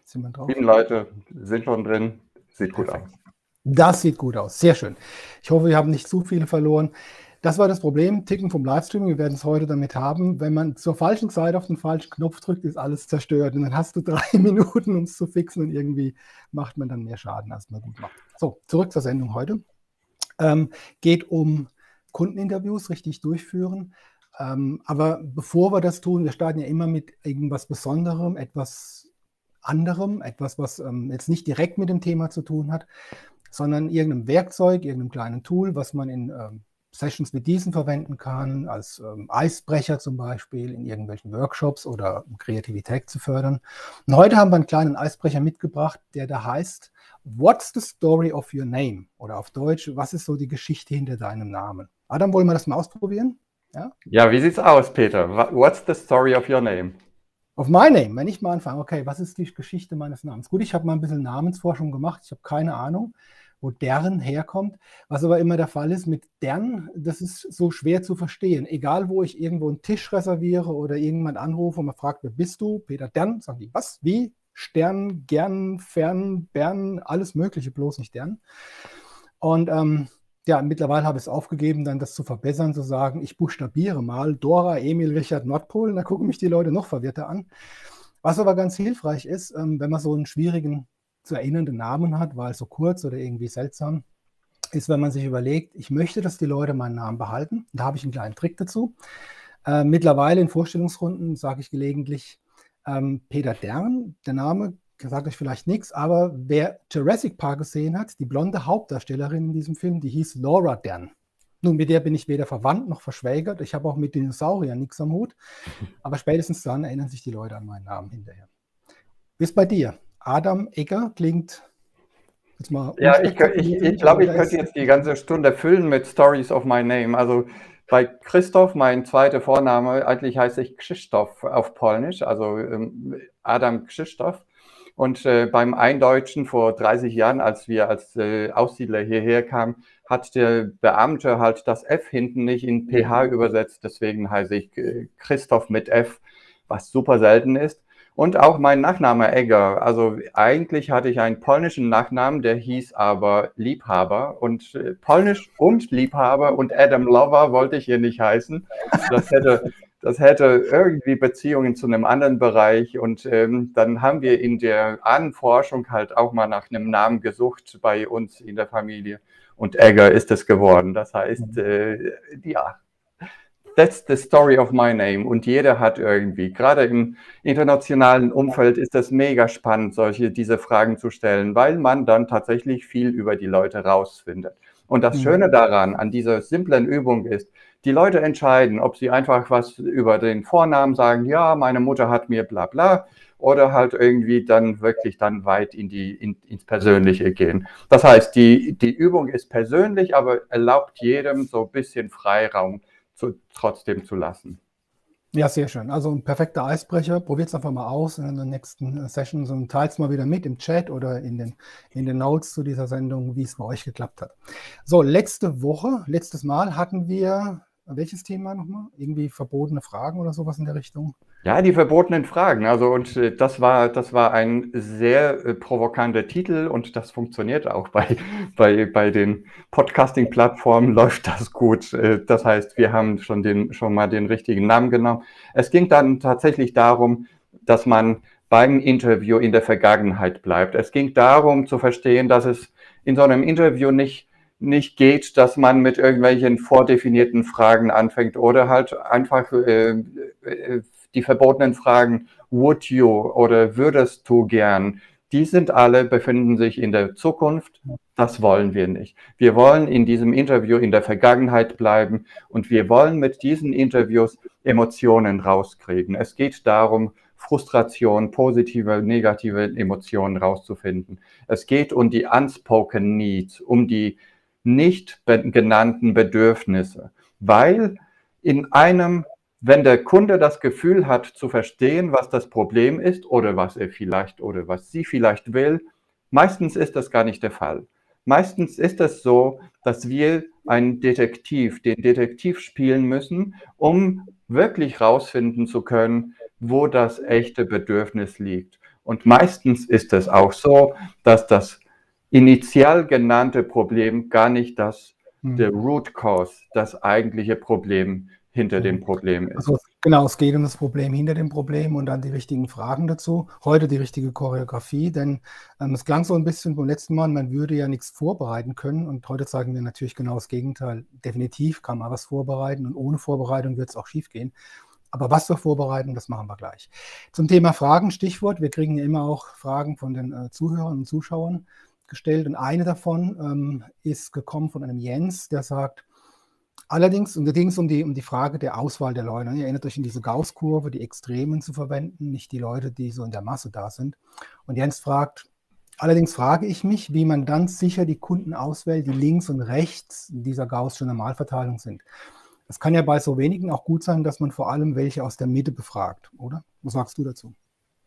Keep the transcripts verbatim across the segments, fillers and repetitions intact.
Sind wir drauf? Sieben Leute sind schon drin. Sieht gut Perfekt. aus. Das sieht gut aus. Sehr schön. Ich hoffe, wir haben nicht zu viele verloren. Das war das Problem, Ticken vom Livestreaming. Wir werden es heute damit haben. Wenn man zur falschen Zeit auf den falschen Knopf drückt, ist alles zerstört. Und dann hast du drei Minuten, um es zu fixen. Und irgendwie macht man dann mehr Schaden, als man gut macht. So, zurück zur Sendung heute. Ähm, geht um Kundeninterviews richtig durchführen. Ähm, aber bevor wir das tun, wir starten ja immer mit irgendwas Besonderem, etwas anderem, etwas, was ähm, jetzt nicht direkt mit dem Thema zu tun hat, sondern irgendeinem Werkzeug, irgendeinem kleinen Tool, was man in ähm, Sessions wie diesen verwenden kann, als ähm, Eisbrecher zum Beispiel, in irgendwelchen Workshops oder um Kreativität zu fördern. Und heute haben wir einen kleinen Eisbrecher mitgebracht, der da heißt What's the story of your name? Oder auf Deutsch, was ist so die Geschichte hinter deinem Namen? Adam, wollen wir das mal ausprobieren? Ja, ja, wie sieht's aus, Peter? What's the story of your name? Auf my name, wenn ich mal anfange, okay, was ist die Geschichte meines Namens? Gut, ich habe mal ein bisschen Namensforschung gemacht, ich habe keine Ahnung, wo deren herkommt. Was aber immer der Fall ist mit deren, das ist so schwer zu verstehen. Egal, wo ich irgendwo einen Tisch reserviere oder irgendjemand anrufe und man fragt, wer bist du? Peter Dern, sagen die, was, wie? Stern, gern, fern, Bern, alles Mögliche, bloß nicht deren. Und ähm, ja, mittlerweile habe ich es aufgegeben, dann das zu verbessern, zu sagen, ich buchstabiere mal Dora, Emil, Richard, Nordpol. Da gucken mich die Leute noch verwirrter an. Was aber ganz hilfreich ist, ähm, wenn man so einen schwierigen zu erinnernden Namen hat, weil so kurz oder irgendwie seltsam, ist, wenn man sich überlegt, ich möchte, dass die Leute meinen Namen behalten. Da habe ich einen kleinen Trick dazu. Äh, mittlerweile in Vorstellungsrunden sage ich gelegentlich ähm, Peter Dern, der Name sagt euch vielleicht nichts, aber wer Jurassic Park gesehen hat, die blonde Hauptdarstellerin in diesem Film, die hieß Laura Dern. Nun, mit der bin ich weder verwandt noch verschwägert. Ich habe auch mit Dinosauriern nichts am Hut. Aber spätestens dann erinnern sich die Leute an meinen Namen hinterher. Wie ist bei dir? Adam Egger klingt jetzt mal. Ja, ich, ich, ich glaube, ich könnte jetzt die ganze Stunde füllen mit Stories of my name. Also bei Christoph, mein zweiter Vorname, eigentlich heiße ich Krzysztof auf Polnisch, also ähm, Adam Krzysztof. Und äh, beim Eindeutschen vor dreißig Jahren, als wir als äh, Aussiedler hierher kamen, hat der Beamte halt das F hinten nicht in P H übersetzt. Deswegen heiße ich äh, Christoph mit F, was super selten ist. Und auch mein Nachname Egger. Also eigentlich hatte ich einen polnischen Nachnamen, der hieß aber Liebhaber. Und äh, Polnisch und Liebhaber und Adam Lover wollte ich hier nicht heißen. Das hätte... Das hätte irgendwie Beziehungen zu einem anderen Bereich. Und ähm, dann haben wir in der Ahnenforschung halt auch mal nach einem Namen gesucht bei uns in der Familie. Und Egger ist es geworden. Das heißt, äh, ja, that's the story of my name. Und jeder hat irgendwie, gerade im internationalen Umfeld ist das mega spannend, solche, diese Fragen zu stellen, weil man dann tatsächlich viel über die Leute rausfindet. Und das Schöne daran, an dieser simplen Übung ist, die Leute entscheiden, ob sie einfach was über den Vornamen sagen, ja, meine Mutter hat mir bla bla, oder halt irgendwie dann wirklich dann weit in die, in, ins Persönliche gehen. Das heißt, die, die Übung ist persönlich, aber erlaubt jedem so ein bisschen Freiraum zu, trotzdem zu lassen. Ja, sehr schön. Also ein perfekter Eisbrecher. Probiert es einfach mal aus in der nächsten Session und teilt es mal wieder mit im Chat oder in den, in den Notes zu dieser Sendung, wie es bei euch geklappt hat. So, letzte Woche, letztes Mal hatten wir, welches Thema nochmal? Irgendwie verbotene Fragen oder sowas in der Richtung? Ja, die verbotenen Fragen. Also und äh, das war das war ein sehr äh, provokanter Titel und das funktioniert auch bei bei bei den Podcasting-Plattformen läuft das gut. Äh, das heißt, wir haben schon den schon mal den richtigen Namen genommen. Es ging dann tatsächlich darum, dass man beim Interview in der Vergangenheit bleibt. Es ging darum zu verstehen, dass es in so einem Interview nicht nicht geht, dass man mit irgendwelchen vordefinierten Fragen anfängt oder halt einfach äh, äh, die verbotenen Fragen, would you oder würdest du gern, die sind alle, befinden sich in der Zukunft. Das wollen wir nicht. Wir wollen in diesem Interview in der Vergangenheit bleiben und wir wollen mit diesen Interviews Emotionen rauskriegen. Es geht darum, Frustration, positive, negative Emotionen rauszufinden. Es geht um die unspoken needs, um die nicht genannten Bedürfnisse, weil in einem wenn der Kunde das Gefühl hat, zu verstehen, was das Problem ist oder was er vielleicht oder was sie vielleicht will, meistens ist das gar nicht der Fall. Meistens ist es so, dass wir einen Detektiv, den Detektiv spielen müssen, um wirklich rausfinden zu können, wo das echte Bedürfnis liegt. Und meistens ist es auch so, dass das initial genannte Problem gar nicht das, hm. der Root Cause, das eigentliche Problem hinter dem Problem ist. Also genau, es geht um das Problem hinter dem Problem und dann die richtigen Fragen dazu. Heute die richtige Choreografie, denn ähm, es klang so ein bisschen beim letzten Mal, man würde ja nichts vorbereiten können und heute zeigen wir natürlich genau das Gegenteil. Definitiv kann man was vorbereiten und ohne Vorbereitung wird es auch schief gehen. Aber was wir vorbereiten, das machen wir gleich. Zum Thema Fragen, Stichwort, wir kriegen ja immer auch Fragen von den äh, Zuhörern und Zuschauern gestellt und eine davon ähm, ist gekommen von einem Jens, der sagt, allerdings, und da ging es um die, um die Frage der Auswahl der Leute. Ihr erinnert euch an diese Gauss-Kurve, die Extremen zu verwenden, nicht die Leute, die so in der Masse da sind. Und Jens fragt, allerdings frage ich mich, wie man dann sicher die Kunden auswählt, die links und rechts in dieser Gaußschen Normalverteilung sind. Es kann ja bei so wenigen auch gut sein, dass man vor allem welche aus der Mitte befragt, oder? Was sagst du dazu?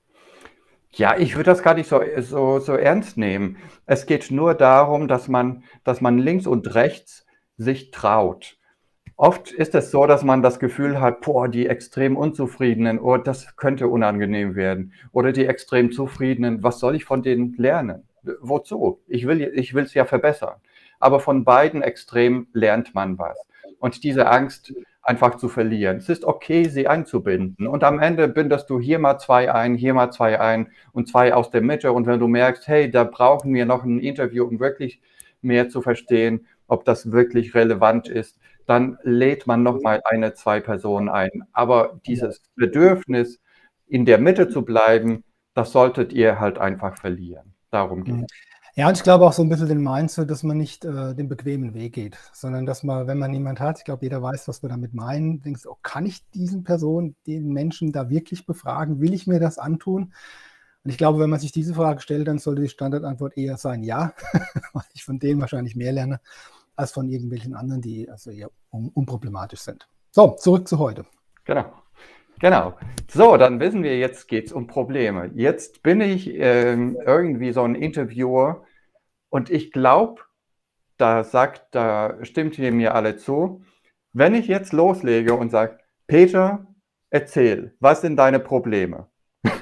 Ja, ich würde das gar nicht so, so, so ernst nehmen. Es geht nur darum, dass man, dass man links und rechts sich traut. Oft ist es so, dass man das Gefühl hat, boah, die extrem Unzufriedenen, oh, das könnte unangenehm werden. Oder die extrem Zufriedenen, was soll ich von denen lernen? Wozu? Ich will, ich will es ja verbessern. Aber von beiden Extremen lernt man was. Und diese Angst einfach zu verlieren. Es ist okay, sie einzubinden. Und am Ende bindest du hier mal zwei ein, hier mal zwei ein und zwei aus der Mitte. Und wenn du merkst, hey, da brauchen wir noch ein Interview, um wirklich mehr zu verstehen, ob das wirklich relevant ist, dann lädt man nochmal eine, zwei Personen ein. Aber dieses Bedürfnis, in der Mitte zu bleiben, das solltet ihr halt einfach verlieren. Darum geht es. Ja, und ich glaube auch so ein bisschen den Mindset, dass man nicht äh, den bequemen Weg geht, sondern dass man, wenn man niemand hat, ich glaube, jeder weiß, was wir damit meinen, denkst du, oh, kann ich diesen Personen, den Menschen da wirklich befragen? Will ich mir das antun? Und ich glaube, wenn man sich diese Frage stellt, dann sollte die Standardantwort eher sein, ja, weil ich von denen wahrscheinlich mehr lerne, als von irgendwelchen anderen, die also eher un unproblematisch sind. So, zurück zu heute. Genau, genau. So, dann wissen wir, jetzt geht es um Probleme. Jetzt bin ich ähm, irgendwie so ein Interviewer und ich glaube, da sagt, da stimmt ihr mir alle zu, wenn ich jetzt loslege und sage, Peter, erzähl, was sind deine Probleme?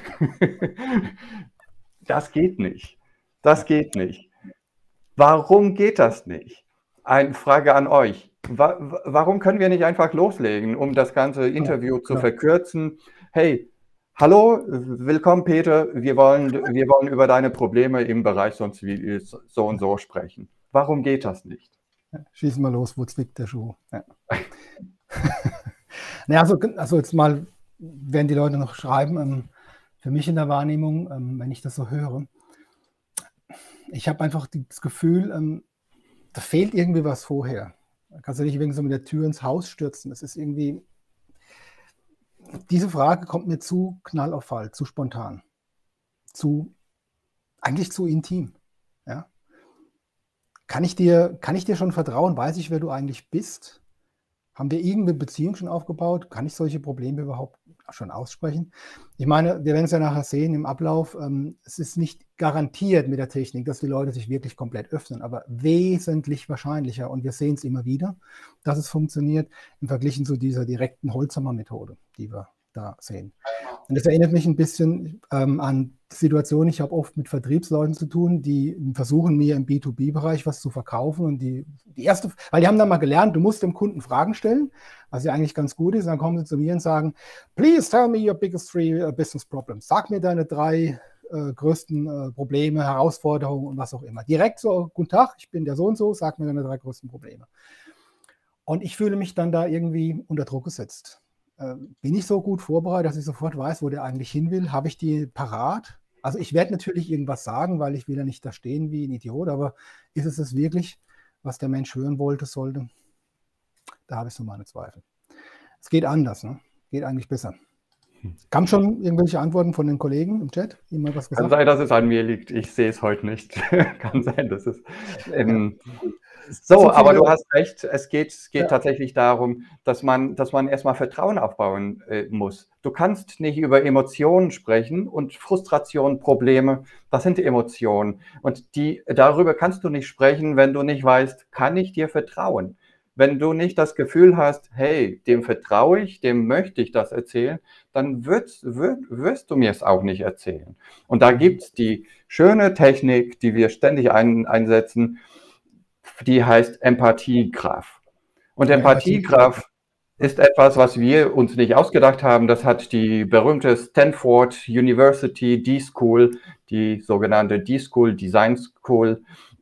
Das geht nicht. Das geht nicht. Warum geht das nicht? Eine Frage an euch. Warum können wir nicht einfach loslegen, um das ganze Interview zu verkürzen? Hey, hallo, willkommen Peter, wir wollen, wir wollen über deine Probleme im Bereich sonst wie so und so sprechen. Warum geht das nicht? Schießen wir los, wo zwickt der Schuh? Ja. naja, also, also jetzt mal, werden die Leute noch schreiben, ähm, für mich in der Wahrnehmung, ähm, wenn ich das so höre, ich habe einfach das Gefühl, ähm, da fehlt irgendwie was vorher. Da kannst du nicht wegen so mit der Tür ins Haus stürzen. Das ist irgendwie, diese Frage kommt mir zu Knall auf Fall, zu spontan, zu, eigentlich zu intim. Ja? Kann ich dir, kann ich dir schon vertrauen? Weiß ich, wer du eigentlich bist? Haben wir irgendeine Beziehung schon aufgebaut? Kann ich solche Probleme überhaupt schon aussprechen? Ich meine, wir werden es ja nachher sehen im Ablauf. Ähm, es ist nicht garantiert mit der Technik, dass die Leute sich wirklich komplett öffnen, aber wesentlich wahrscheinlicher. Und wir sehen es immer wieder, dass es funktioniert im Vergleich zu dieser direkten Holzhammer-Methode, die wir da sehen. Und das erinnert mich ein bisschen ähm, an Situationen, ich habe oft mit Vertriebsleuten zu tun, die versuchen, mir im B zwei B-Bereich was zu verkaufen. Und die, die erste, weil die haben dann mal gelernt, du musst dem Kunden Fragen stellen, was ja eigentlich ganz gut ist. Dann kommen sie zu mir und sagen, please tell me your biggest three uh, business problems. Sag mir deine drei äh, größten äh, Probleme, Herausforderungen und was auch immer. Direkt so, guten Tag, ich bin der so und so, sag mir deine drei größten Probleme. Und ich fühle mich dann da irgendwie unter Druck gesetzt. Bin ich so gut vorbereitet, dass ich sofort weiß, wo der eigentlich hin will? Habe ich die parat? Also ich werde natürlich irgendwas sagen, weil ich will ja nicht da stehen wie ein Idiot, aber ist es das wirklich, was der Mensch hören wollte, sollte? Da habe ich so meine Zweifel. Es geht anders, ne? Geht eigentlich besser. Kamen schon irgendwelche Antworten von den Kollegen im Chat? Jemand was gesagt? Kann sein, dass es an mir liegt. Ich sehe es heute nicht. Kann sein, dass es... Ähm, So, aber du hast recht, es geht, es geht ja. tatsächlich darum, dass man, dass man erstmal Vertrauen aufbauen äh, muss. Du kannst nicht über Emotionen sprechen und Frustration, Probleme, das sind Emotionen. Und die, darüber kannst du nicht sprechen, wenn du nicht weißt, kann ich dir vertrauen? Wenn du nicht das Gefühl hast, hey, dem vertraue ich, dem möchte ich das erzählen, dann wirst, wirst, wirst du mir es auch nicht erzählen. Und da gibt es die schöne Technik, die wir ständig ein, einsetzen, die heißt Empathiegraph. Und Empathiegraph ist etwas, was wir uns nicht ausgedacht haben. Das hat die berühmte Stanford University D-School, die sogenannte D-School, Design School.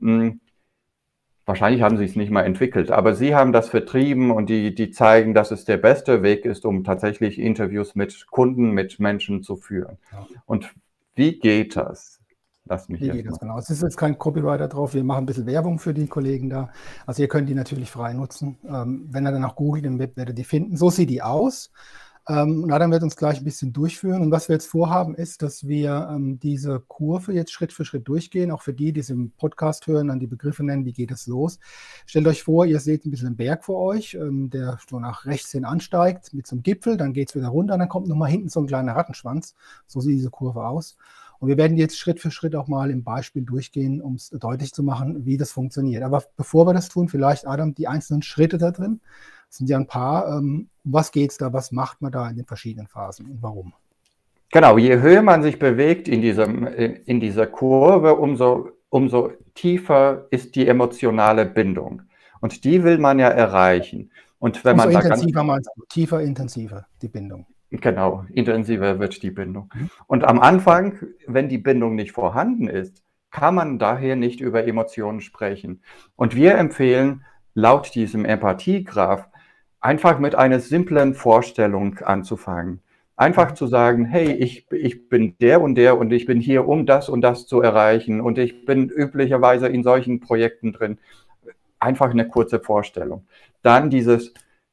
Wahrscheinlich haben sie es nicht mal entwickelt, aber sie haben das vertrieben und die, die zeigen, dass es der beste Weg ist, um tatsächlich Interviews mit Kunden, mit Menschen zu führen. Ja. Und wie geht das? Lass mich Wie geht das genau? Es ist jetzt kein Copywriter drauf, wir machen ein bisschen Werbung für die Kollegen da. Also ihr könnt die natürlich frei nutzen. Ähm, wenn ihr dann auch googelt im Web, werdet ihr die finden. So sieht die aus. Ähm, und Adam wird uns gleich ein bisschen durchführen. Und was wir jetzt vorhaben, ist, dass wir ähm, diese Kurve jetzt Schritt für Schritt durchgehen. Auch für die, die es im Podcast hören, dann die Begriffe nennen, wie geht es los. Stellt euch vor, ihr seht ein bisschen einen Berg vor euch, ähm, der so nach rechts hin ansteigt mit so einem Gipfel. Dann geht es wieder runter, dann kommt nochmal hinten so ein kleiner Rattenschwanz. So sieht diese Kurve aus. Und wir werden jetzt Schritt für Schritt auch mal im Beispiel durchgehen, um es deutlich zu machen, wie das funktioniert. Aber bevor wir das tun, vielleicht, Adam, die einzelnen Schritte da drin. Das sind ja ein paar. Um was geht es da? Was macht man da in den verschiedenen Phasen und warum? Genau, je höher man sich bewegt in, diesem, in dieser Kurve, umso, umso tiefer ist die emotionale Bindung. Und die will man ja erreichen. Und wenn umso man intensiver, da ganz, tiefer, intensiver die Bindung. Genau, intensiver wird die Bindung. Und am Anfang, wenn die Bindung nicht vorhanden ist, kann man daher nicht über Emotionen sprechen. Und wir empfehlen, laut diesem Empathiegraph, einfach mit einer simplen Vorstellung anzufangen. Einfach zu sagen, hey, ich, ich bin der und der und ich bin hier, um das und das zu erreichen und ich bin üblicherweise in solchen Projekten drin. Einfach eine kurze Vorstellung. Dann dieses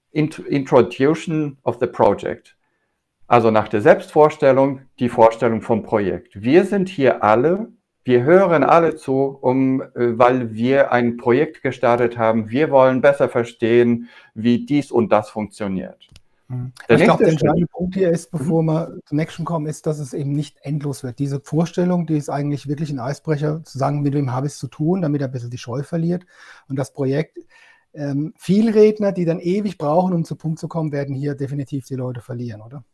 Introduction of the Project. Also nach der Selbstvorstellung, die Vorstellung vom Projekt. Wir sind hier alle, wir hören alle zu, um, weil wir ein Projekt gestartet haben. Wir wollen besser verstehen, wie dies und das funktioniert. Mhm. Ich glaube, der entscheidende Punkt hier ist, bevor wir zum nächsten kommen, ist, dass es eben nicht endlos wird. Diese Vorstellung, die ist eigentlich wirklich ein Eisbrecher, zu sagen, mit wem habe ich es zu tun, damit er ein bisschen die Scheu verliert. Und das Projekt, ähm, Vielredner, die dann ewig brauchen, um zum Punkt zu kommen, werden hier definitiv die Leute verlieren, oder?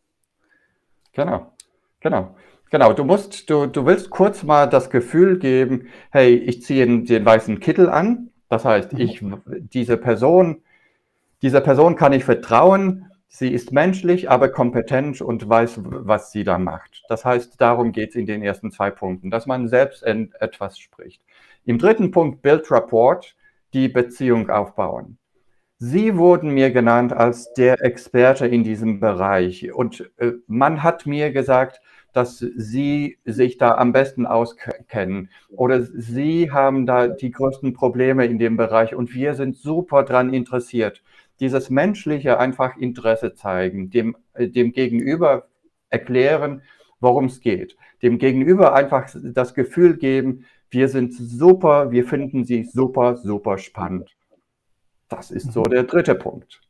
Genau, genau, genau. Du musst, du, du willst kurz mal das Gefühl geben, hey, ich ziehe den, den weißen Kittel an. Das heißt, ich, diese Person, dieser Person kann ich vertrauen. Sie ist menschlich, aber kompetent und weiß, was sie da macht. Das heißt, darum geht es in den ersten zwei Punkten, dass man selbst etwas spricht. Im dritten Punkt, Build Rapport, die Beziehung aufbauen. Sie wurden mir genannt als der Experte in diesem Bereich und äh, man hat mir gesagt, dass Sie sich da am besten auskennen oder Sie haben da die größten Probleme in dem Bereich und wir sind super dran interessiert. Dieses menschliche einfach Interesse zeigen, dem, äh, dem Gegenüber erklären, worum es geht, dem Gegenüber einfach das Gefühl geben, wir sind super, wir finden Sie super, super spannend. Das ist so der dritte Punkt.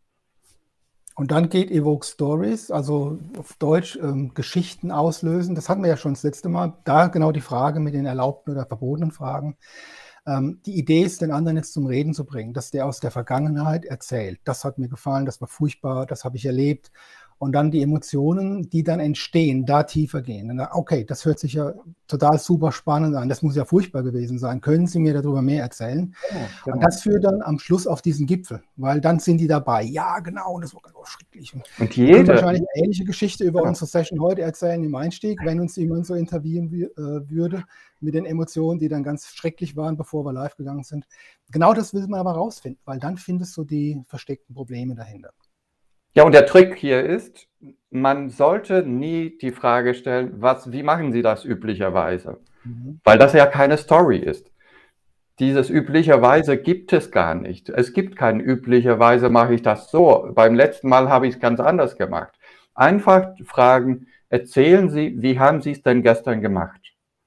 Und dann geht Evoke Stories, also auf Deutsch ähm, Geschichten auslösen. Das hatten wir ja schon das letzte Mal. Da genau die Frage mit den erlaubten oder verbotenen Fragen. Ähm, die Idee ist, den anderen jetzt zum Reden zu bringen, dass der aus der Vergangenheit erzählt. Das hat mir gefallen, das war furchtbar, das habe ich erlebt. Und dann die Emotionen, die dann entstehen, da tiefer gehen. Und dann, okay, das hört sich ja total super spannend an. Das muss ja furchtbar gewesen sein. Können Sie mir darüber mehr erzählen? Ja, genau. Und das führt dann am Schluss auf diesen Gipfel, weil dann sind die dabei. Ja, genau, und das war ganz schrecklich. Und, und jede, wir können wahrscheinlich eine ähnliche Geschichte über ja. unsere Session heute erzählen im Einstieg, wenn uns jemand so interviewen äh, würde mit den Emotionen, die dann ganz schrecklich waren, bevor wir live gegangen sind. Genau das will man aber rausfinden, weil dann findest du die versteckten Probleme dahinter. Ja, und der Trick hier ist, man sollte nie die Frage stellen, was, wie machen Sie das üblicherweise? Mhm. Weil das ja keine Story ist. Dieses üblicherweise gibt es gar nicht. Es gibt kein üblicherweise mache ich das so. Beim letzten Mal habe ich es ganz anders gemacht. Einfach fragen, erzählen Sie, wie haben Sie es denn gestern gemacht?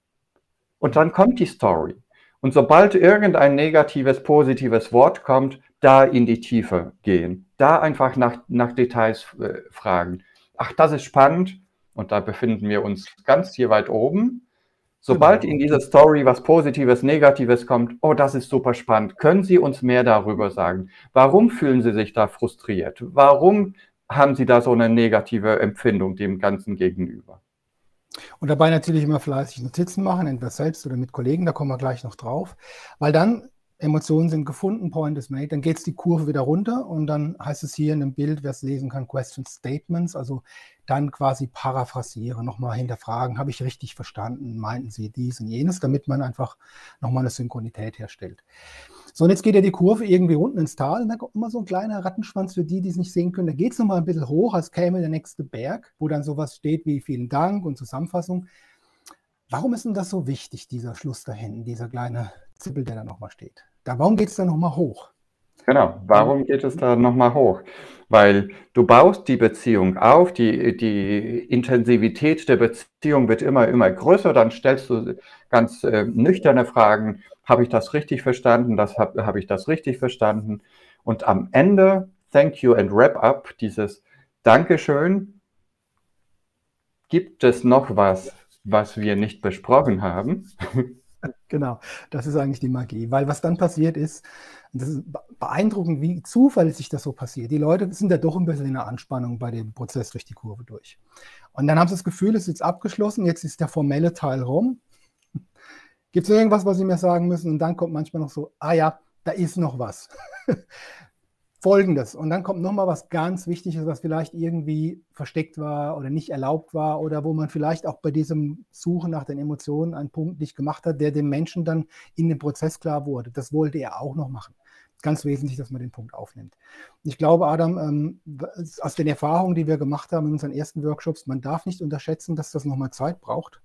Und dann kommt die Story. Und sobald irgendein negatives, positives Wort kommt, da in die Tiefe gehen. Da einfach nach, nach Details äh, fragen. Ach, das ist spannend. Und da befinden wir uns ganz hier weit oben. Sobald in dieser Story was Positives, Negatives kommt, oh, das ist super spannend, können Sie uns mehr darüber sagen? Warum fühlen Sie sich da frustriert? Warum haben Sie da so eine negative Empfindung dem Ganzen gegenüber? Und dabei natürlich immer fleißig Notizen machen, entweder selbst oder mit Kollegen, da kommen wir gleich noch drauf, weil dann Emotionen sind gefunden, Point is made, dann geht es die Kurve wieder runter und dann heißt es hier in dem Bild, wer es lesen kann, Question Statements, also dann quasi paraphrasieren, nochmal hinterfragen, habe ich richtig verstanden, meinten Sie dies und jenes, damit man einfach nochmal eine Synchronität herstellt. So, und jetzt geht ja die Kurve irgendwie unten ins Tal und da kommt immer so ein kleiner Rattenschwanz für die, die es nicht sehen können. Da geht es nochmal ein bisschen hoch, als käme der nächste Berg, wo dann sowas steht wie vielen Dank und Zusammenfassung. Warum ist denn das so wichtig, dieser Schluss da hinten, dieser kleine Zippel, der da nochmal steht? Da, warum geht es da nochmal hoch? Genau, warum geht es da nochmal hoch? Weil du baust die Beziehung auf, die, die Intensivität der Beziehung wird immer, immer größer, dann stellst du ganz äh, nüchterne Fragen, habe ich das richtig verstanden, das habe hab ich das richtig verstanden? Und am Ende, thank you and wrap up, dieses Dankeschön, gibt es noch was, was wir nicht besprochen haben? Genau, das ist eigentlich die Magie, weil was dann passiert ist, das ist beeindruckend, wie zuverlässig das so passiert. Die Leute sind ja doch ein bisschen in der Anspannung bei dem Prozess durch die Kurve durch. Und dann haben sie das Gefühl, es ist jetzt abgeschlossen, jetzt ist der formelle Teil rum. Gibt es irgendwas, was sie mir sagen müssen? Und dann kommt manchmal noch so, ah ja, da ist noch was. Folgendes. Und dann kommt nochmal was ganz Wichtiges, was vielleicht irgendwie versteckt war oder nicht erlaubt war oder wo man vielleicht auch bei diesem Suchen nach den Emotionen einen Punkt nicht gemacht hat, der dem Menschen dann in dem Prozess klar wurde. Das wollte er auch noch machen. Ganz wesentlich, dass man den Punkt aufnimmt. Ich glaube, Adam, ähm, aus den Erfahrungen, die wir gemacht haben in unseren ersten Workshops, man darf nicht unterschätzen, dass das nochmal Zeit braucht.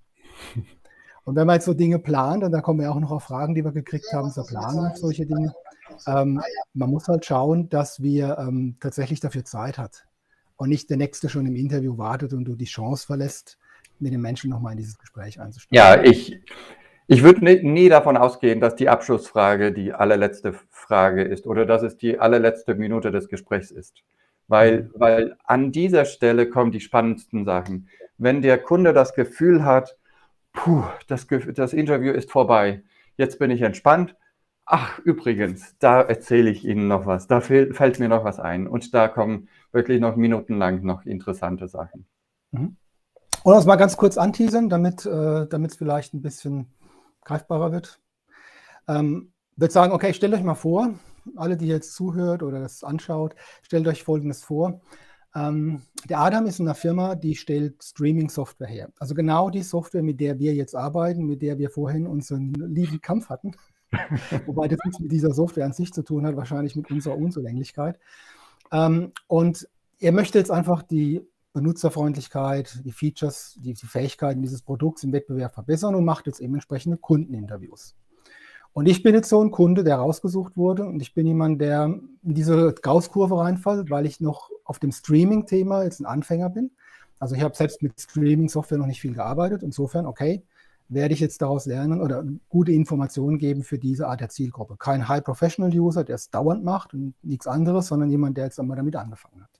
Und wenn man jetzt so Dinge plant, und da kommen wir auch noch auf Fragen, die wir gekriegt haben, zur Planung, solche Dinge, Ähm, man muss halt schauen, dass wir ähm, tatsächlich dafür Zeit hat und nicht der Nächste schon im Interview wartet und du die Chance verlässt, mit dem Menschen nochmal in dieses Gespräch einzusteigen. Ja, ich, ich würde nie, nie davon ausgehen, dass die Abschlussfrage die allerletzte Frage ist oder dass es die allerletzte Minute des Gesprächs ist. Weil, mhm. weil an dieser Stelle kommen die spannendsten Sachen. Wenn der Kunde das Gefühl hat, puh, das, das Interview ist vorbei, jetzt bin ich entspannt. Ach, übrigens, da erzähle ich Ihnen noch was, da fällt mir noch was ein und da kommen wirklich noch minutenlang noch interessante Sachen. Mhm. Und das mal ganz kurz anteasern, damit äh, damit es vielleicht ein bisschen greifbarer wird. Ähm, ich würde sagen, okay, stellt euch mal vor, alle, die jetzt zuhört oder das anschaut, stellt euch Folgendes vor. Ähm, der Adam ist in einer Firma, die stellt Streaming-Software her. Also genau die Software, mit der wir jetzt arbeiten, mit der wir vorhin unseren lieben Kampf hatten. Wobei das nichts mit dieser Software an sich zu tun hat, wahrscheinlich mit unserer Unzulänglichkeit. Ähm, und er möchte jetzt einfach die Benutzerfreundlichkeit, die Features, die, die Fähigkeiten dieses Produkts im Wettbewerb verbessern und macht jetzt eben entsprechende Kundeninterviews. Und ich bin jetzt so ein Kunde, der rausgesucht wurde und ich bin jemand, der in diese Gaußkurve reinfällt, weil ich noch auf dem Streaming-Thema jetzt ein Anfänger bin. Also ich habe selbst mit Streaming-Software noch nicht viel gearbeitet. Insofern, okay, werde ich jetzt daraus lernen oder gute Informationen geben für diese Art der Zielgruppe. Kein High-Professional-User, der es dauernd macht und nichts anderes, sondern jemand, der jetzt einmal damit angefangen hat.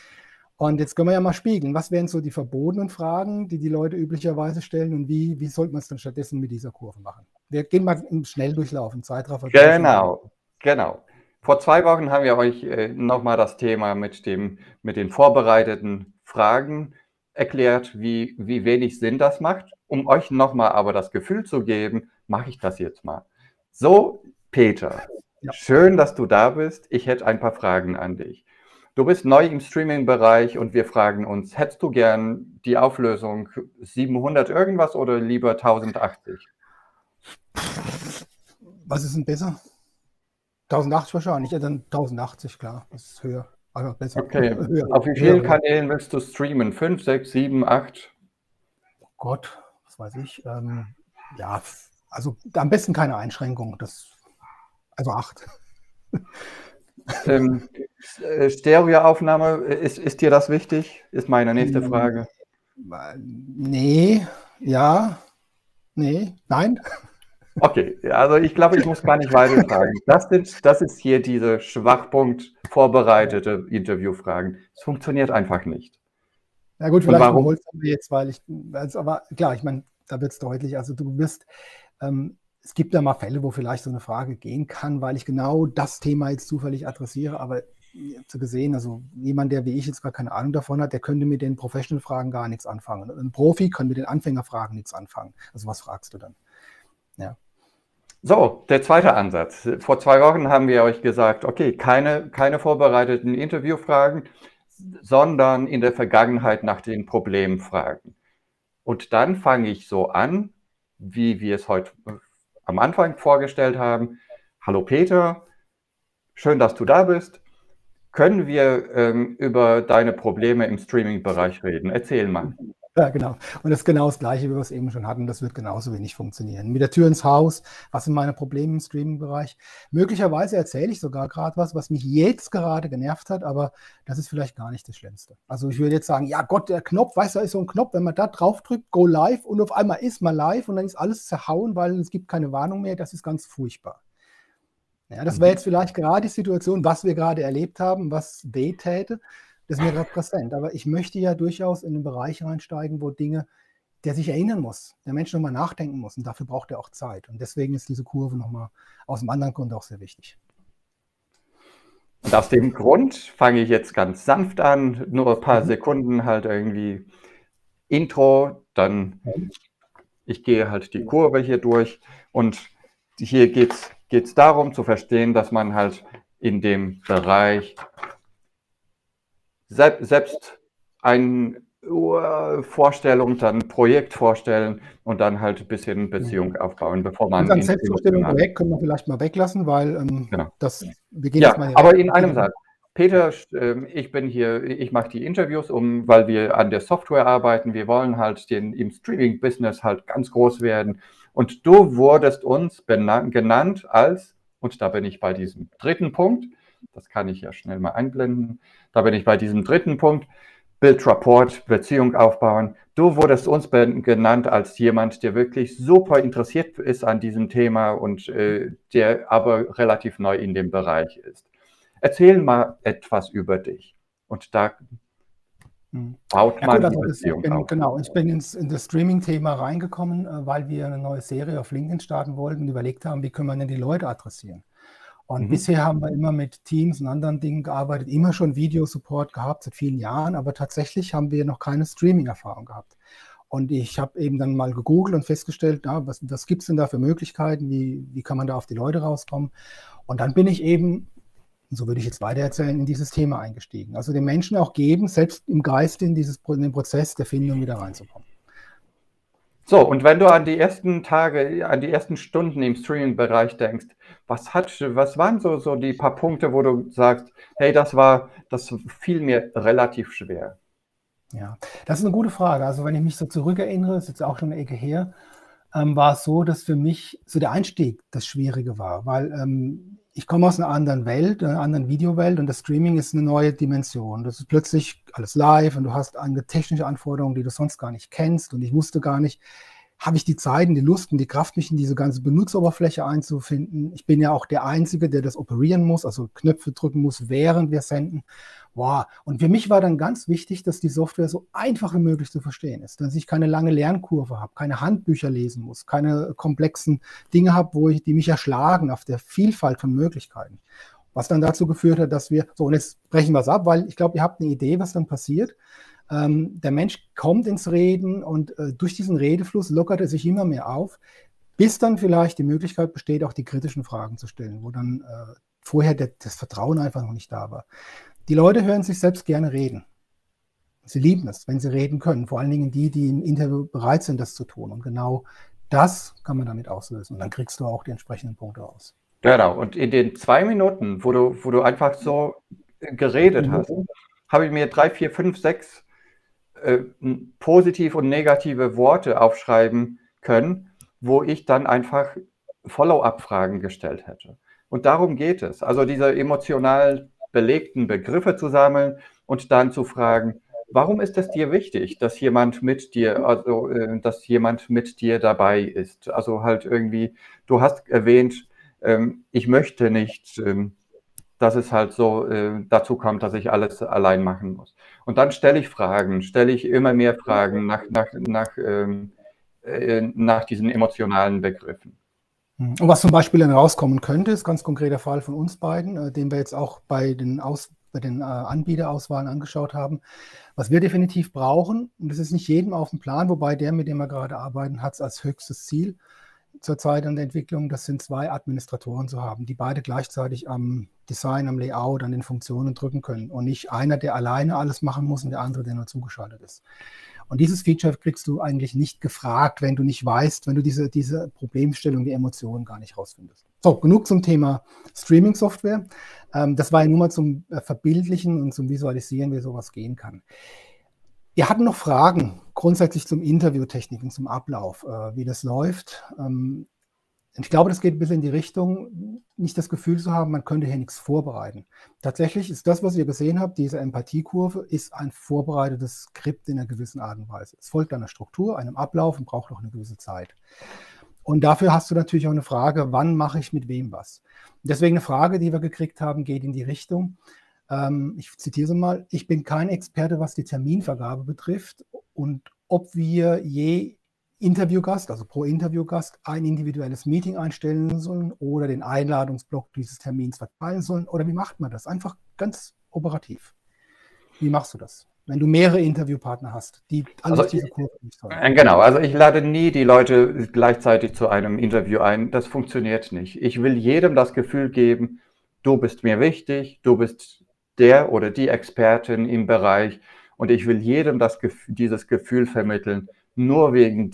Und jetzt können wir ja mal spiegeln. Was wären so die verbotenen Fragen, die die Leute üblicherweise stellen und wie, wie sollte man es dann stattdessen mit dieser Kurve machen? Wir gehen mal im Schnelldurchlauf, im Zeitraffer. Genau, genau. Vor zwei Wochen haben wir euch äh, nochmal das Thema mit, dem, mit den vorbereiteten Fragen erklärt, wie, wie wenig Sinn das macht. Um euch nochmal aber das Gefühl zu geben, mache ich das jetzt mal. So, Peter, ja. Schön, dass du da bist. Ich hätte ein paar Fragen an dich. Du bist neu im Streaming-Bereich und wir fragen uns, hättest du gern die Auflösung siebenhundert irgendwas oder lieber tausendachtzig? Was ist denn besser? tausendachtzig wahrscheinlich, ja, dann tausendachtzig, klar, das ist höher. Also besser. Okay, höher. Auf wie vielen Kanälen willst du streamen? Fünf, sechs, sieben, acht? Oh Gott, was weiß ich. Ähm, ja, also am besten keine Einschränkung, das, also acht. Ähm, Stereoaufnahme, ist, ist dir das wichtig? Ist meine nächste Frage. Nee, ja, nee, nein. Okay, also ich glaube, ich muss gar nicht weiter fragen. Das, sind, das ist hier diese Schwachpunkt vorbereitete Interviewfragen. Es funktioniert einfach nicht. Na gut, vielleicht überholst du mir jetzt, weil ich, also, aber klar, ich meine, da wird es deutlich. Also du wirst, ähm, es gibt ja mal Fälle, wo vielleicht so eine Frage gehen kann, weil ich genau das Thema jetzt zufällig adressiere, aber zu gesehen, also jemand, der wie ich jetzt gar keine Ahnung davon hat, der könnte mit den Professional-Fragen gar nichts anfangen. Ein Profi kann mit den Anfängerfragen nichts anfangen. Also was fragst du dann? Ja. So, der zweite Ansatz. Vor zwei Wochen haben wir euch gesagt, okay, keine, keine vorbereiteten Interviewfragen, sondern in der Vergangenheit nach den Problemen fragen. Und dann fange ich so an, wie wir es heute am Anfang vorgestellt haben. Hallo Peter, schön, dass du da bist. Können wir ähm, über deine Probleme im Streaming-Bereich reden? Erzähl mal. Ja, genau. Und das ist genau das Gleiche, wie wir es eben schon hatten. Das wird genauso wenig funktionieren. Mit der Tür ins Haus, was sind meine Probleme im Streaming-Bereich? Möglicherweise erzähle ich sogar gerade was, was mich jetzt gerade genervt hat, aber das ist vielleicht gar nicht das Schlimmste. Also ich würde jetzt sagen, ja Gott, der Knopf, weißt du, da ist so ein Knopf, wenn man da drauf drückt, go live und auf einmal ist man live und dann ist alles zerhauen, weil es gibt keine Warnung mehr. Das ist ganz furchtbar. Ja, das wäre jetzt vielleicht gerade die Situation, was wir gerade erlebt haben, was weh täte. Das ist mir gerade präsent. Aber ich möchte ja durchaus in den Bereich reinsteigen, wo Dinge, der sich erinnern muss, der Mensch nochmal nachdenken muss. Und dafür braucht er auch Zeit. Und deswegen ist diese Kurve nochmal aus einem anderen Grund auch sehr wichtig. Und aus dem Grund fange ich jetzt ganz sanft an, nur ein paar mhm. Sekunden halt irgendwie Intro, dann ich gehe halt die Kurve hier durch und hier geht es geht es darum zu verstehen, dass man halt in dem Bereich selbst, selbst eine Vorstellung, dann ein Projekt vorstellen und dann halt ein bisschen Beziehung aufbauen, bevor man... Und Selbstvorstellung Projekt können wir vielleicht mal weglassen, weil ähm, genau. das... Wir gehen ja, jetzt mal aber in einem Satz. Peter, ich bin hier, ich mache die Interviews, um, weil wir an der Software arbeiten. Wir wollen halt den, im Streaming-Business halt ganz groß werden. Und du wurdest uns benannt, genannt als, und da bin ich bei diesem dritten Punkt, das kann ich ja schnell mal einblenden, da bin ich bei diesem dritten Punkt, Build Rapport, Beziehung aufbauen. Du wurdest uns genannt als jemand, der wirklich super interessiert ist an diesem Thema und äh, der aber relativ neu in dem Bereich ist. Erzähl mal etwas über dich. Und da baut ja, man gut, die also Beziehung ich bin, auf. Genau, ich bin ins, in das Streaming-Thema reingekommen, weil wir eine neue Serie auf LinkedIn starten wollten und überlegt haben, wie können wir denn die Leute adressieren. Und mhm. bisher haben wir immer mit Teams und anderen Dingen gearbeitet, immer schon Videosupport gehabt, seit vielen Jahren, aber tatsächlich haben wir noch keine Streaming-Erfahrung gehabt. Und ich habe eben dann mal gegoogelt und festgestellt, na, was, was gibt es denn da für Möglichkeiten, wie, wie kann man da auf die Leute rauskommen? Und dann bin ich eben, so würde ich jetzt weitererzählen, in dieses Thema eingestiegen. Also den Menschen auch geben, selbst im Geist in, dieses, in den Prozess der Findung wieder reinzukommen. So, und wenn du an die ersten Tage, an die ersten Stunden im Streaming-Bereich denkst, was hat, was waren so, so die paar Punkte, wo du sagst, hey, das war, das fiel mir relativ schwer? Ja, das ist eine gute Frage. Also wenn ich mich so zurückerinnere, ist jetzt auch schon eine Ecke her, ähm, war es so, dass für mich so der Einstieg das Schwierige war, weil ähm, ich komme aus einer anderen Welt, einer anderen Videowelt und das Streaming ist eine neue Dimension. Das ist plötzlich alles live und du hast eine technische Anforderungen, die du sonst gar nicht kennst und ich wusste gar nicht, habe ich die Zeit und die Lust und die Kraft, mich in diese ganze Benutzeroberfläche einzufinden. Ich bin ja auch der Einzige, der das operieren muss, also Knöpfe drücken muss, während wir senden. Wow. Und für mich war dann ganz wichtig, dass die Software so einfach wie möglich zu verstehen ist, dass ich keine lange Lernkurve habe, keine Handbücher lesen muss, keine komplexen Dinge habe, wo ich, die mich erschlagen auf der Vielfalt von Möglichkeiten. Was dann dazu geführt hat, dass wir, so und jetzt brechen wir es ab, weil ich glaube, ihr habt eine Idee, was dann passiert. Ähm, der Mensch kommt ins Reden und äh, durch diesen Redefluss lockert er sich immer mehr auf, bis dann vielleicht die Möglichkeit besteht, auch die kritischen Fragen zu stellen, wo dann äh, vorher der, das Vertrauen einfach noch nicht da war. Die Leute hören sich selbst gerne reden. Sie lieben es, wenn sie reden können. Vor allen Dingen die, die im Interview bereit sind, das zu tun. Und genau das kann man damit auslösen. Und dann kriegst du auch die entsprechenden Punkte raus. Genau. Und in den zwei Minuten, wo du, wo du einfach so geredet hast, mhm. habe ich mir drei, vier, fünf, sechs äh, positive und negative Worte aufschreiben können, wo ich dann einfach Follow-up-Fragen gestellt hätte. Und darum geht es. Also diese emotional belegten Begriffe zu sammeln und dann zu fragen, warum ist es dir wichtig, dass jemand mit dir, also äh, dass jemand mit dir dabei ist? Also halt irgendwie, du hast erwähnt, ähm, ich möchte nicht, ähm, dass es halt so äh, dazu kommt, dass ich alles allein machen muss. Und dann stelle ich Fragen, stelle ich immer mehr Fragen nach, nach, nach ähm, äh, nach diesen emotionalen Begriffen. Und was zum Beispiel dann rauskommen könnte, ist ein ganz konkreter Fall von uns beiden, äh, den wir jetzt auch bei den, Aus, bei den äh, Anbieterauswahlen angeschaut haben. Was wir definitiv brauchen, und das ist nicht jedem auf dem Plan, wobei der, mit dem wir gerade arbeiten, hat es als höchstes Ziel zurzeit an der Entwicklung, das sind zwei Administratoren zu haben, die beide gleichzeitig am Design, am Layout, an den Funktionen drücken können und nicht einer, der alleine alles machen muss und der andere, der nur zugeschaltet ist. Und dieses Feature kriegst du eigentlich nicht gefragt, wenn du nicht weißt, wenn du diese, diese Problemstellung, die Emotionen gar nicht rausfindest. So, genug zum Thema Streaming-Software. Ähm, das war ja nur mal zum äh, Verbildlichen und zum Visualisieren, wie sowas gehen kann. Wir hatten noch Fragen grundsätzlich zum Interviewtechniken, zum Ablauf, äh, wie das läuft. Ähm, ich glaube, das geht ein bisschen in die Richtung, nicht das Gefühl zu haben, man könnte hier nichts vorbereiten. Tatsächlich ist das, was ihr gesehen habt, diese Empathiekurve, ist ein vorbereitetes Skript in einer gewissen Art und Weise. Es folgt einer Struktur, einem Ablauf und braucht auch eine gewisse Zeit. Und dafür hast du natürlich auch eine Frage, wann mache ich mit wem was? Deswegen eine Frage, die wir gekriegt haben, geht in die Richtung, ähm, ich zitiere sie mal, ich bin kein Experte, was die Terminvergabe betrifft und ob wir je Interviewgast, also pro Interviewgast, ein individuelles Meeting einstellen sollen oder den Einladungsblock dieses Termins verteilen sollen? Oder wie macht man das? Einfach ganz operativ. Wie machst du das, wenn du mehrere Interviewpartner hast, die alle Also diese Kurve nicht sollen? Genau, also ich lade nie die Leute gleichzeitig zu einem Interview ein. Das funktioniert nicht. Ich will jedem das Gefühl geben, du bist mir wichtig, du bist der oder die Expertin im Bereich und ich will jedem das, dieses Gefühl vermitteln, nur wegen,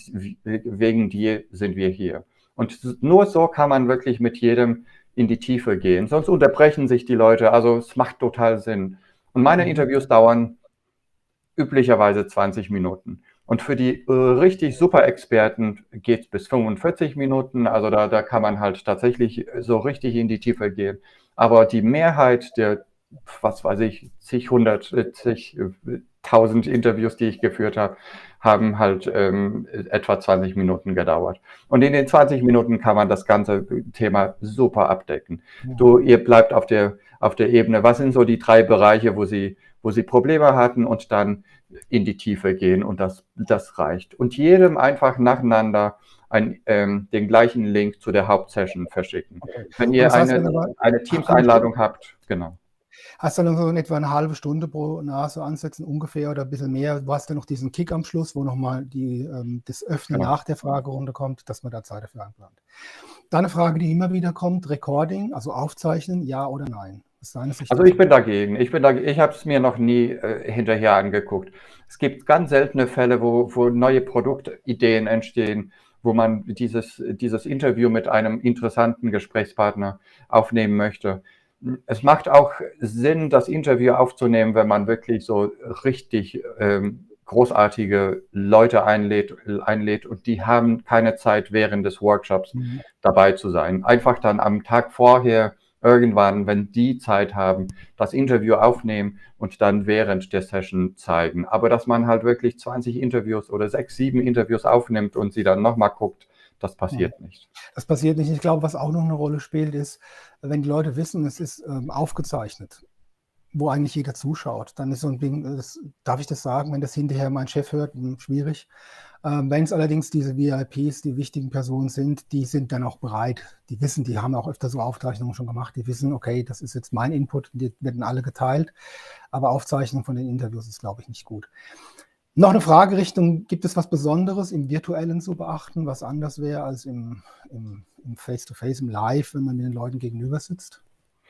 wegen dir sind wir hier. Und nur so kann man wirklich mit jedem in die Tiefe gehen. Sonst unterbrechen sich die Leute. Also es macht total Sinn. Und meine Interviews dauern üblicherweise zwanzig Minuten. Und für die äh, richtig super Experten geht es bis fünfundvierzig Minuten. Also da, da kann man halt tatsächlich so richtig in die Tiefe gehen. Aber die Mehrheit der, was weiß ich, zig, hundert, zig, tausend Interviews, die ich geführt habe, haben halt ähm, etwa zwanzig Minuten gedauert. Und in den zwanzig Minuten kann man das ganze Thema super abdecken. Ja. Du, ihr bleibt auf der, auf der Ebene, was sind so die drei Bereiche, wo sie, wo sie Probleme hatten und dann in die Tiefe gehen und das, das reicht. Und jedem einfach nacheinander ein, ähm, den gleichen Link zu der Hauptsession verschicken. Okay. Wenn ihr das heißt, eine, wenn eine Teams-Einladung habt, genau. Hast du dann so in etwa eine halbe Stunde pro Nase ansetzen, ungefähr oder ein bisschen mehr? Du hast ja noch diesen Kick am Schluss, wo nochmal die, ähm, das Öffnen genau. nach der Fragerunde kommt, dass man da Zeit dafür einplant. Dann eine Frage, die immer wieder kommt, Recording, also aufzeichnen, ja oder nein? Also ich bin dagegen. Ich, bin dagegen. Ich habe es mir noch nie äh, hinterher angeguckt. Es gibt ganz seltene Fälle, wo, wo neue Produktideen entstehen, wo man dieses, dieses Interview mit einem interessanten Gesprächspartner aufnehmen möchte. Es macht auch Sinn, das Interview aufzunehmen, wenn man wirklich so richtig ähm, großartige Leute einlädt, einlädt und die haben keine Zeit während des Workshops mhm. dabei zu sein. Einfach dann am Tag vorher irgendwann, wenn die Zeit haben, das Interview aufnehmen und dann während der Session zeigen. Aber dass man halt wirklich zwanzig Interviews oder sechs, sieben Interviews aufnimmt und sie dann nochmal guckt, das passiert ja. nicht. Das passiert nicht. Ich glaube, was auch noch eine Rolle spielt, ist, wenn die Leute wissen, es ist ähm, aufgezeichnet, wo eigentlich jeder zuschaut, dann ist so ein Ding, das, darf ich das sagen, wenn das hinterher mein Chef hört, schwierig. Ähm, wenn es allerdings diese V I Ps, die wichtigen Personen sind, die sind dann auch bereit. Die wissen, die haben auch öfter so Aufzeichnungen schon gemacht, die wissen, okay, das ist jetzt mein Input, die werden alle geteilt, aber Aufzeichnung von den Interviews ist, glaube ich, nicht gut. Noch eine Fragerichtung, gibt es was Besonderes im Virtuellen zu beachten, was anders wäre als im, im, im Face-to-Face, im Live, wenn man mit den Leuten gegenüber sitzt?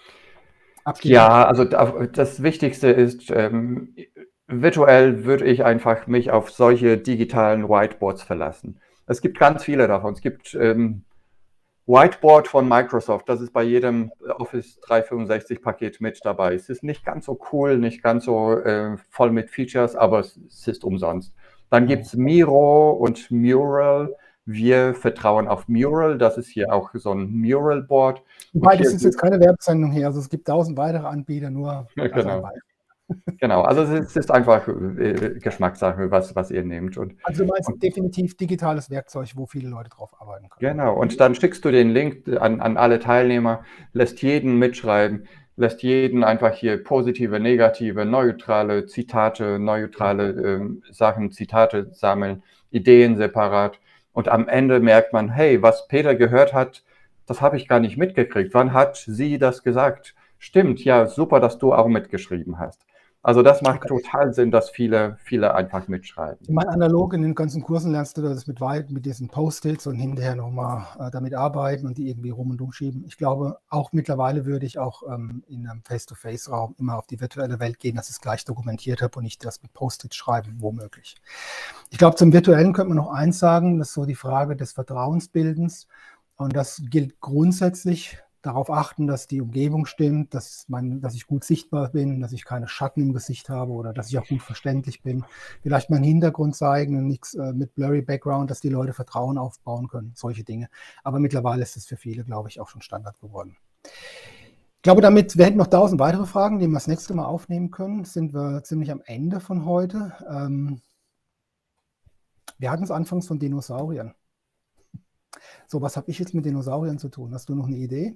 Abgeben? Ja, also das Wichtigste ist, ähm, virtuell würde ich einfach mich auf solche digitalen Whiteboards verlassen. Es gibt ganz viele davon. Es gibt ähm, Whiteboard von Microsoft, das ist bei jedem Office dreihundertfünfundsechzig Paket mit dabei. Es ist nicht ganz so cool, nicht ganz so äh, voll mit Features, aber es, es ist umsonst. Dann gibt es Miro und Mural. Wir vertrauen auf Mural, das ist hier auch so ein Mural-Board. Wobei, das ist jetzt keine Werbesendung hier, also es gibt tausend weitere Anbieter, nur ja, genau. Genau, also es ist einfach äh, Geschmackssache, was, was ihr nehmt. Und, also du meinst und, definitiv digitales Werkzeug, wo viele Leute drauf arbeiten können. Genau, und dann schickst du den Link an, an alle Teilnehmer, lässt jeden mitschreiben, lässt jeden einfach hier positive, negative, neutrale Zitate, neutrale äh, Sachen, Zitate sammeln, Ideen separat. Und am Ende merkt man, hey, was Peter gehört hat, das habe ich gar nicht mitgekriegt. Wann hat sie das gesagt? Stimmt, ja, super, dass du auch mitgeschrieben hast. Also das macht okay. total Sinn, dass viele, viele einfach mitschreiben. Ich meine, analog in den ganzen Kursen lernst du das mit weit, mit diesen Post-its und hinterher nochmal äh, damit arbeiten und die irgendwie rum und umschieben. Ich glaube, auch mittlerweile würde ich auch ähm, in einem Face-to-Face-Raum immer auf die virtuelle Welt gehen, dass ich es gleich dokumentiert habe und nicht das mit Post-its schreiben, womöglich. Ich glaube, zum Virtuellen könnte man noch eins sagen, das ist so die Frage des Vertrauensbildens. Und das gilt grundsätzlich, darauf achten, dass die Umgebung stimmt, dass, man, dass ich gut sichtbar bin, dass ich keine Schatten im Gesicht habe oder dass ich auch gut verständlich bin. Vielleicht meinen Hintergrund zeigen und nichts äh, mit blurry Background, dass die Leute Vertrauen aufbauen können, solche Dinge. Aber mittlerweile ist es für viele, glaube ich, auch schon Standard geworden. Ich glaube, damit, wir hätten noch tausend weitere Fragen, die wir das nächste Mal aufnehmen können, sind wir ziemlich am Ende von heute. Ähm, wir hatten es anfangs von Dinosauriern. So, was habe ich jetzt mit Dinosauriern zu tun? Hast du noch eine Idee?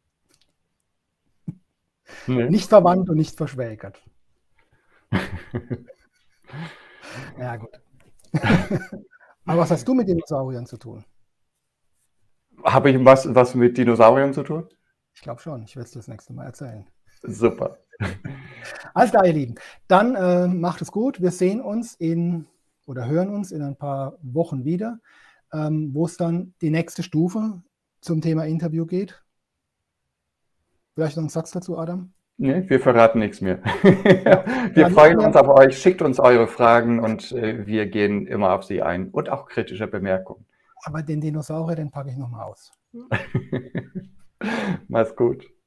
Nee. Nicht verwandt und nicht verschwägert. Ja, gut. Aber was hast du mit Dinosauriern zu tun? Habe ich was, was mit Dinosauriern zu tun? Ich glaube schon. Ich werde es dir das nächste Mal erzählen. Super. Alles klar, ihr Lieben. Dann äh, macht es gut. Wir sehen uns in oder hören uns in ein paar Wochen wieder, ähm, wo es dann die nächste Stufe zum Thema Interview geht. Vielleicht noch einen Satz dazu, Adam? Nee, wir verraten nichts mehr. Wir ja, freuen uns auf euch, schickt uns eure Fragen und äh, wir gehen immer auf sie ein und auch kritische Bemerkungen. Aber den Dinosaurier, den packe ich nochmal aus. Mach's gut.